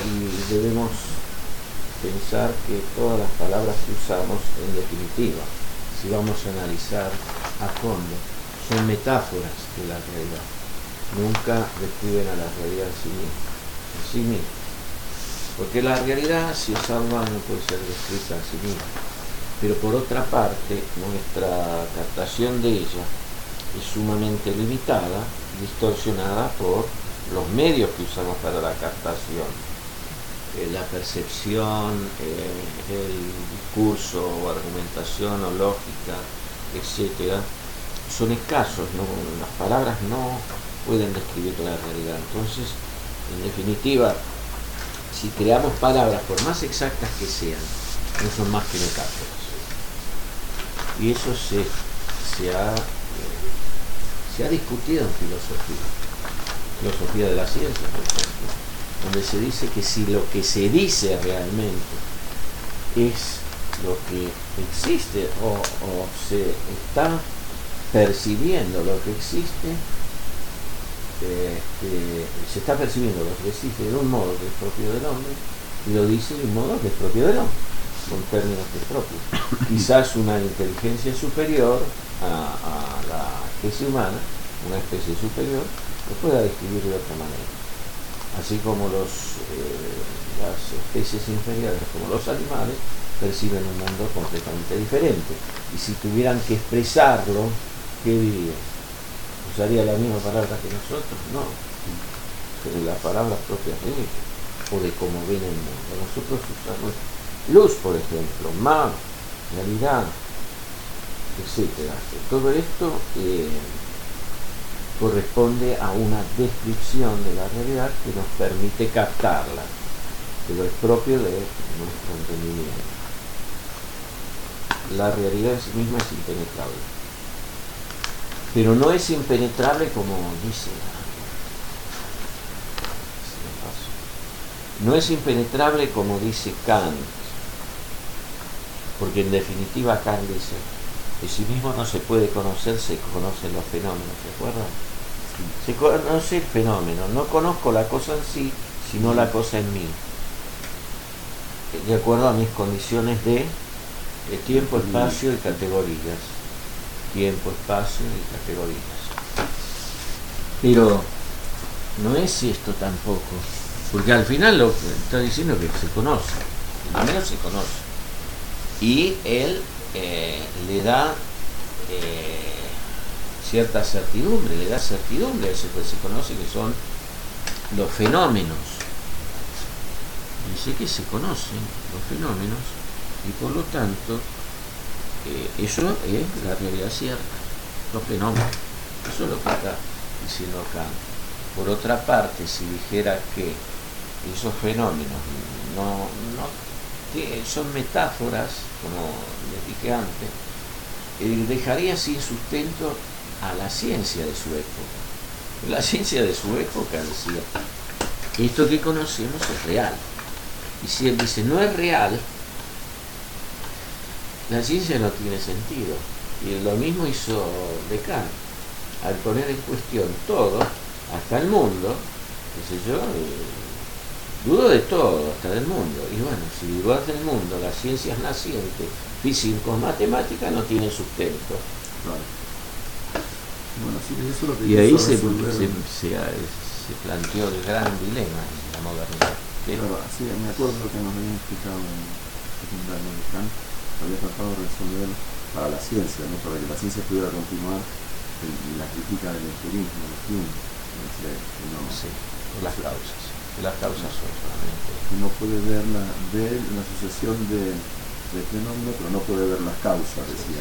y debemos pensar que todas las palabras que usamos, en definitiva, si vamos a analizar a fondo, son metáforas de la realidad. Nunca describen a la realidad en sí misma. Porque la realidad, si observa, no puede ser descrita a sí misma. Pero por otra parte, nuestra captación de ella es sumamente limitada, distorsionada por los medios que usamos para la captación. La percepción, el discurso o argumentación o lógica, etcétera, son escasos, ¿no? Las palabras no pueden describir la realidad. Entonces, en definitiva, si creamos palabras, por más exactas que sean, no son más que metáforas. Y eso se ha discutido en filosofía de la ciencia, por ejemplo, donde se dice que si lo que se dice realmente es lo que existe o se está percibiendo lo que existe, se está percibiendo lo que existe de un modo que es propio del hombre y lo dice de un modo que es propio del hombre, con términos que es propio. Quizás una inteligencia superior a la especie humana, una especie superior, lo pueda describir de otra manera. Así como las especies inferiores, como los animales, perciben un mundo completamente diferente. Y si tuvieran que expresarlo, ¿qué dirían? ¿Usaría la misma palabra que nosotros? No. Pero las palabras propias de ellos, o de cómo ven el mundo. Nosotros usamos luz, por ejemplo, mar, realidad, etc. Todo esto corresponde a una descripción de la realidad que nos permite captarla, pero es propio de nuestro entendimiento. La realidad en sí misma es impenetrable, pero no es impenetrable como dice no es impenetrable como dice Kant, porque en definitiva Kant dice: de sí mismo no se puede conocer, se conocen los fenómenos. ¿Se acuerdan? Se conoce el fenómeno, no conozco la cosa en sí, sino la cosa en mí, de acuerdo a mis condiciones de tiempo, espacio y categorías. Tiempo, espacio y categorías. Pero no es esto tampoco, porque al final lo que está diciendo es que se conoce, al menos se conoce, y él le da cierta certidumbre, le da certidumbre a eso que se conoce, que son los fenómenos. Dice que se conocen los fenómenos y por lo tanto eso es la realidad cierta, los fenómenos. Eso es lo que está diciendo Kant. Por otra parte, si dijera que esos fenómenos que son metáforas, como les dije antes, dejaría sin sustento a la ciencia de su época. La ciencia de su época decía: esto que conocemos es real. Y si él dice no es real, la ciencia no tiene sentido. Y lo mismo hizo Descartes, al poner en cuestión todo, hasta el mundo, qué sé yo, dudó de todo, hasta del mundo. Y bueno, si dudó del mundo, las ciencias nacientes, físicos, matemáticas, no tienen sustento. Claro. Bueno, sí, eso es lo que y ahí se planteó el gran dilema en la modernidad. Claro, sí, me acuerdo lo que nos habían explicado en secundario de Kant, había tratado de resolver para la ciencia, ¿no? Para que la ciencia pudiera continuar la crítica del empirismo, de Hume, no, sí, por las causas. Las causas son solamente. Uno puede ver la sucesión de fenómenos, pero no puede ver las causas, decía.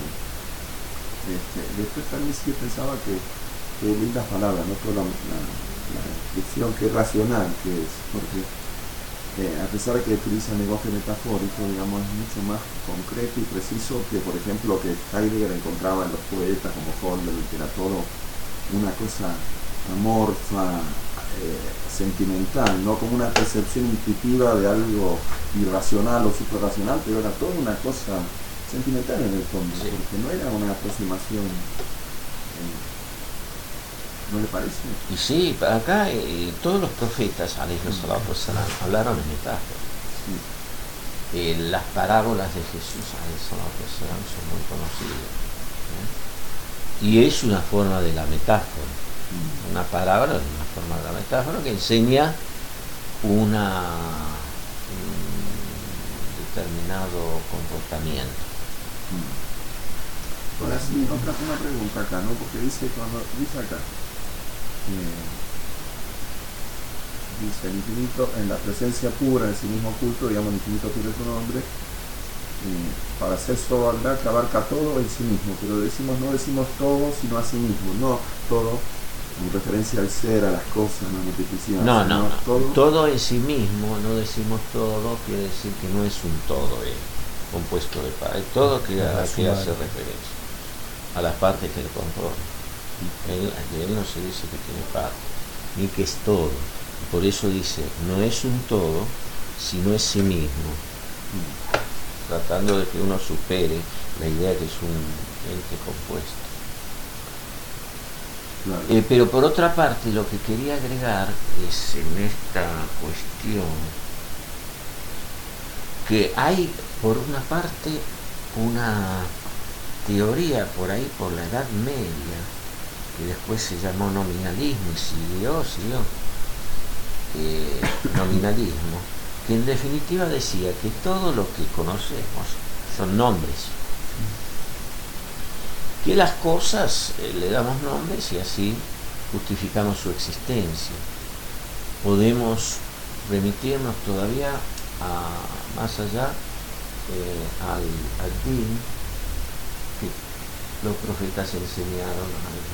Después también sí pensaba que lindas palabras, ¿no? Toda la descripción, que racional que es, porque a pesar de que utiliza el lenguaje metafórico, digamos, es mucho más concreto y preciso que, por ejemplo, lo que Heidegger encontraba en los poetas como Holderlin, que era todo una cosa amorfa, sentimental, no como una percepción intuitiva de algo irracional o suprarracional, pero era toda una cosa sentimental en el fondo, sí. Porque no era una aproximación ¿No le parece? Y sí, acá todos los profetas, alayhi salatu wassalam, hablaron en metáforas. Las parábolas de Jesús, alayhi salatu wassalam, son muy conocidas. Y es una forma de la metáfora. Una parábola es una forma de la metáfora que enseña un determinado comportamiento. Ahora sí, una pregunta acá, ¿no? Porque dice acá, dice el infinito en la presencia pura de sí mismo oculto, digamos el infinito puro es su nombre, para hacer su verdad que abarca todo en sí mismo, pero no decimos todo sino a sí mismo, no todo en referencia al ser, a las cosas, a la multiplicidad. No. Todo en sí mismo, no decimos todo, quiere decir que no es un todo compuesto de partes. Todo que hace referencia a las partes que le controlan. Él no se dice que tiene partes, ni que es todo. Por eso dice, no es un todo, sino es sí mismo. Tratando de que uno supere la idea de que es un ente compuesto. Claro. Pero por otra parte, lo que quería agregar es en esta cuestión que hay, por una parte, una teoría por ahí, por la Edad Media, que después se llamó nominalismo y siguió nominalismo, que en definitiva decía que todo lo que conocemos son nombres, que las cosas le damos nombres y así justificamos su existencia. Podemos remitirnos todavía más allá al din que los profetas enseñaron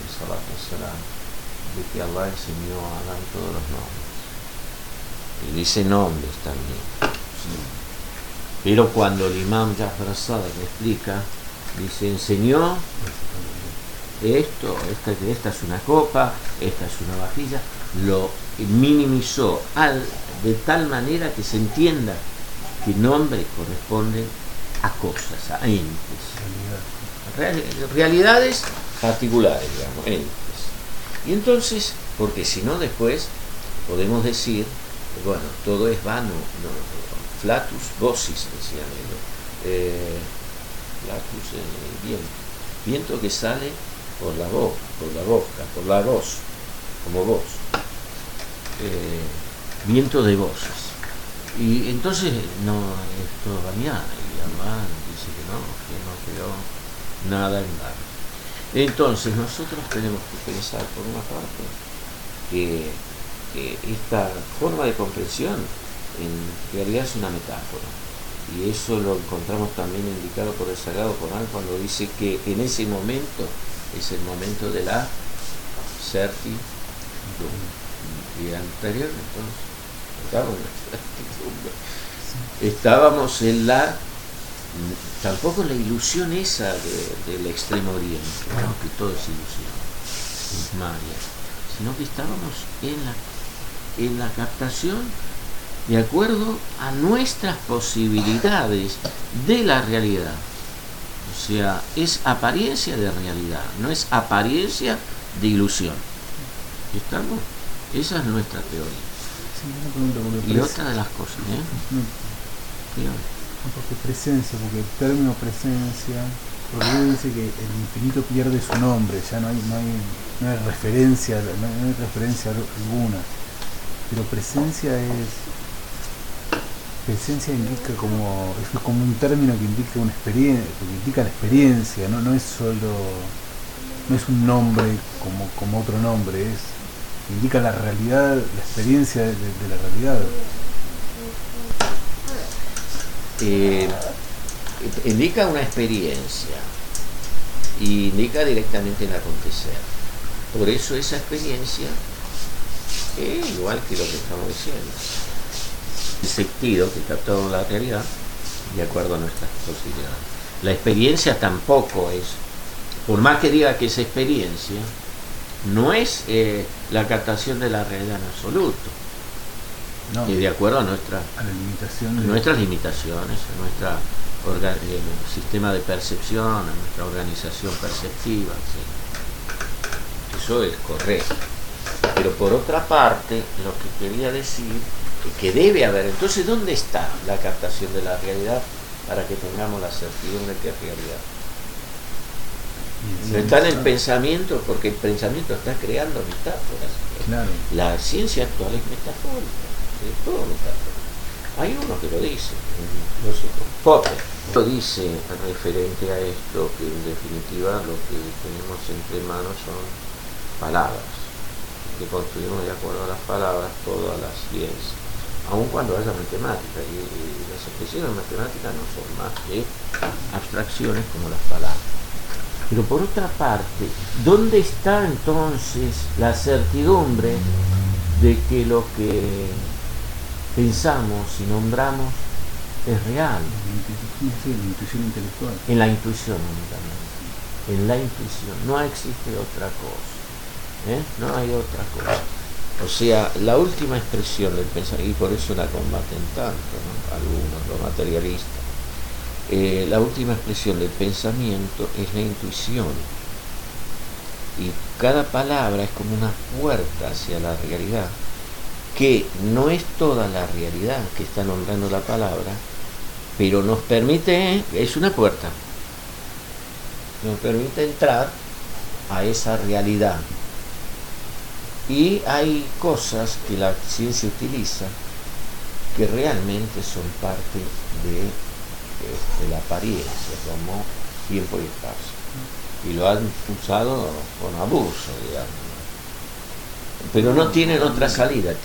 de que Allah enseñó a Adán todos los nombres. Y dice nombres también. Sí. Pero cuando el imam Ja'far as-Sadiq me explica, dice, enseñó esta es una copa, esta es una vajilla, lo minimizó de tal manera que se entienda que nombres corresponden a cosas, a entes. Realidades particulares, digamos, entes. Y entonces, porque si no después podemos decir, bueno, todo es vano, no, flatus vocis, decían ellos, flatus, viento que sale por la boca, por la voz, como voz, viento de voces. Y entonces no es todo mañana, y Allah dice que no creó nada en vano. Entonces nosotros tenemos que pensar por una parte que esta forma de comprensión en realidad es una metáfora, y eso lo encontramos también indicado por el Sagrado Corán cuando dice que en ese momento es el momento de la certidumbre. Y anterior entonces estábamos en la, tampoco la ilusión esa del extremo oriente, ¿no? Que todo es ilusión, es Maya, sino que estábamos en la captación de acuerdo a nuestras posibilidades de la realidad. O sea, es apariencia de realidad, no es apariencia de ilusión. ¿Estamos? Esa es nuestra teoría. Sí, y otra de las cosas, porque presencia, porque el término presencia, porque dice que el infinito pierde su nombre, ya no hay referencia, no hay referencia alguna. Pero presencia indica es como un término que indica una experiencia, que indica la experiencia, no es un nombre como otro nombre, indica la realidad, la experiencia de la realidad. Indica una experiencia y indica directamente el acontecer. Por eso esa experiencia es igual que lo que estamos diciendo, el sentido que capta la realidad de acuerdo a nuestras posibilidades. La experiencia tampoco es, por más que diga que es experiencia, no es la captación de la realidad en absoluto, no, de acuerdo a nuestras limitaciones, a nuestro sistema de percepción, a nuestra organización perceptiva, ¿sí? Que eso es correcto. Pero por otra parte, lo que quería decir es que debe haber, entonces, ¿dónde está la captación de la realidad para que tengamos la certidumbre que es realidad? No está en el pensamiento, porque el pensamiento está creando metáforas. Claro. La ciencia actual es metafórica, es todo metafórico. Hay uno que lo dice, no sé, Popper lo dice referente a esto, que en definitiva lo que tenemos entre manos son palabras, que construimos de acuerdo a las palabras toda la ciencia, aun cuando haya matemática, y las expresiones matemáticas no son más que abstracciones como las palabras. Pero por otra parte, ¿dónde está entonces la certidumbre de que lo que pensamos y nombramos es real? Sí, la intuición intelectual. En la intuición únicamente. En la intuición. No existe otra cosa. No hay otra cosa. O sea, la última expresión del pensamiento, y por eso la combaten tanto, ¿no? Algunos, los materialistas. La última expresión del pensamiento es la intuición, y cada palabra es como una puerta hacia la realidad, que no es toda la realidad que está nombrando la palabra, pero nos permite, es una puerta, nos permite entrar a esa realidad. Y hay cosas que la ciencia utiliza que realmente son parte de la apariencia, como tiempo y espacio, y lo han usado con abuso, digamos, pero no tienen otra salida.